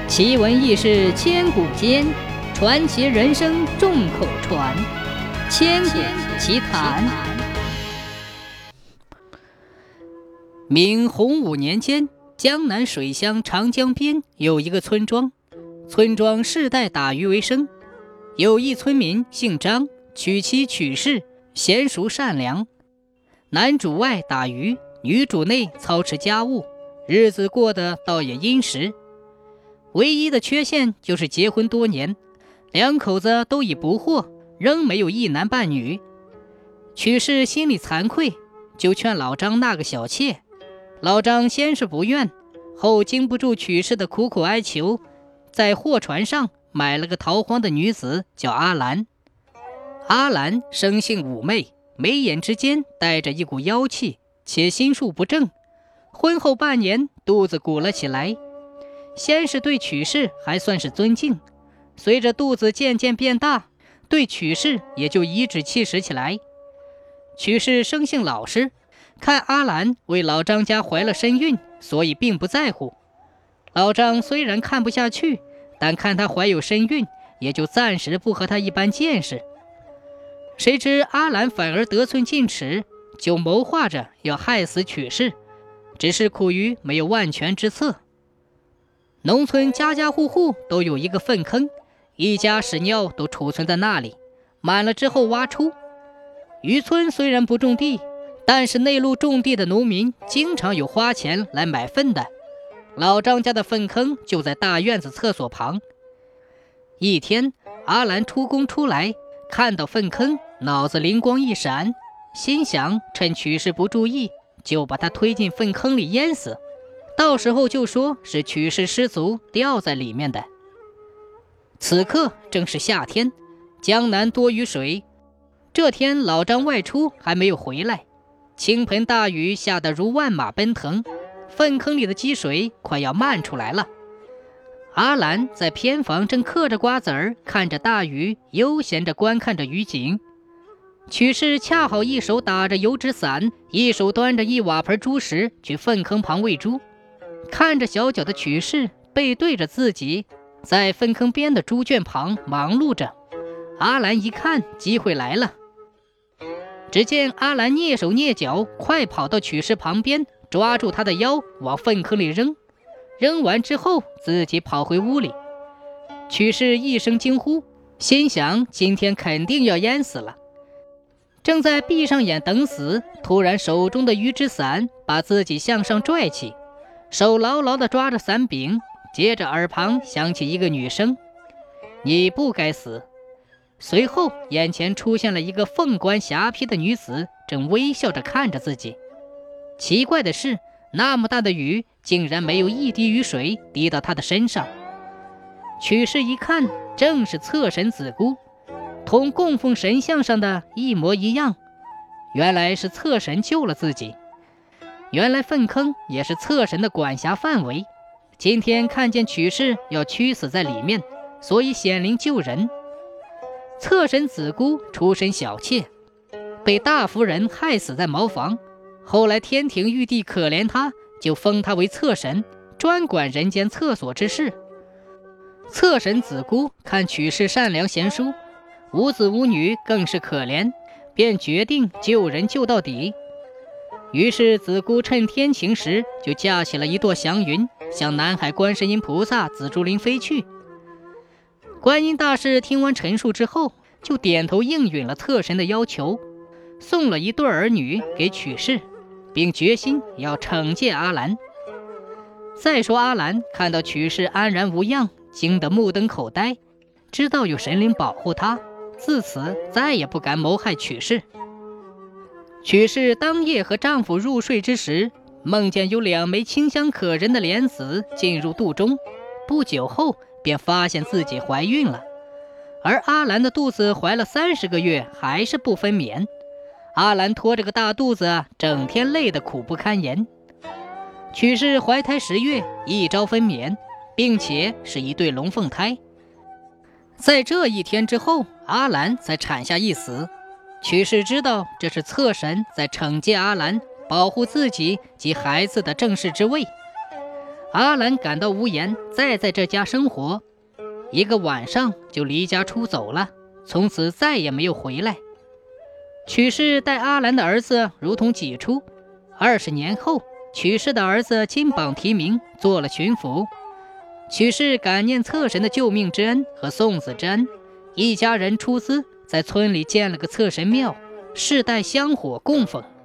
奇闻异事千古间，传奇人生众口传。千古奇谈。明洪武年间，江南水乡长江边有一个村庄，村庄世代打鱼为生。有一村民姓张，娶妻娶氏，贤淑善良，男主外打鱼，女主内操持家务，日子过得倒也殷实。唯一的缺陷就是结婚多年，两口子都已不惑，仍没有一男半女。娶氏心里惭愧，就劝老张纳个小妾。老张先是不愿，后经不住娶氏的苦苦哀求，在货船上买了个逃荒的女子，叫阿兰。阿兰生性妩媚，眉眼之间带着一股妖气，且心术不正。婚后半年，肚子鼓了起来。先是对娶氏还算是尊敬，随着肚子渐渐变大，对娶氏也就颐指气使起来。娶氏生性老实，看阿兰为老张家怀了身孕，所以并不在乎。老张虽然看不下去，但看她怀有身孕，也就暂时不和她一般见识。谁知阿兰反而得寸进尺，就谋划着要害死娶氏，只是苦于没有万全之策。农村家家户户都有一个粪坑，一家屎尿都储存在那里，满了之后挖出。渔村虽然不种地，但是内陆种地的农民经常有花钱来买粪的。老张家的粪坑就在大院子厕所旁。一天，阿兰出工出来，看到粪坑，脑子灵光一闪，心想趁娶氏不注意，就把他推进粪坑里淹死，到时候就说是娶氏失足掉在里面的。此刻正是夏天，江南多雨水。这天老张外出还没有回来，倾盆大雨下得如万马奔腾，粪坑里的积水快要漫出来了。阿兰在偏房正嗑着瓜子儿，看着大雨，悠闲着观看着雨景。娶氏恰好一手打着油纸伞，一手端着一瓦盆猪食去粪坑旁喂猪。看着小脚的娶氏背对着自己，在粪坑边的猪圈旁忙碌着。阿兰一看机会来了，只见阿兰蹑手蹑脚，快跑到娶氏旁边，抓住他的腰往粪坑里扔。扔完之后自己跑回屋里。娶氏一声惊呼，心想今天肯定要淹死了。正在闭上眼等死，突然手中的鱼纸伞把自己向上拽起，手牢牢地抓着伞柄，接着耳旁响起一个女声：你不该死。随后眼前出现了一个凤冠霞帔的女子，正微笑着看着自己。奇怪的是，那么大的雨竟然没有一滴雨水滴到她的身上。娶氏一看，正是侧神子姑，同供奉神像上的一模一样。原来是侧神救了自己。原来粪坑也是侧神的管辖范围，今天看见娶氏要屈死在里面，所以显灵救人。侧神子姑出身小妾，被大夫人害死在茅房，后来天庭玉帝可怜她，就封她为侧神，专管人间厕所之事。侧神子姑看娶氏善良贤淑，无子无女，更是可怜，便决定救人救到底。于是子姑趁天晴时，就架起了一朵祥云，向南海观世音菩萨紫竹林飞去。观音大士听完陈述之后，就点头应允了侧神的要求，送了一对儿女给娶氏，并决心要惩戒阿兰。再说阿兰看到娶氏安然无恙，惊得目瞪口呆，知道有神灵保护她，自此再也不敢谋害娶氏。娶氏当夜和丈夫入睡之时，梦见有2枚清香可人的莲子进入肚中，不久后便发现自己怀孕了。而阿兰的肚子怀了30个月还是不分娩，阿兰拖着个大肚子，整天累得苦不堪言。娶氏怀胎10月，一朝分娩，并且是一对龙凤胎。在这一天之后，阿兰才产下一子。娶氏知道这是侧神在惩戒阿兰，保护自己及孩子的正室之位。 阿兰感到无颜再在这家生活，一个晚上就离家出走了，从此再也没有回来。曲氏待阿兰的儿子如同己出，20年后，曲氏的儿子金榜题名，做了巡抚。曲氏感念侧神的救命之恩和送子之恩，一家人出资在村里建了个侧神庙，世代香火供奉。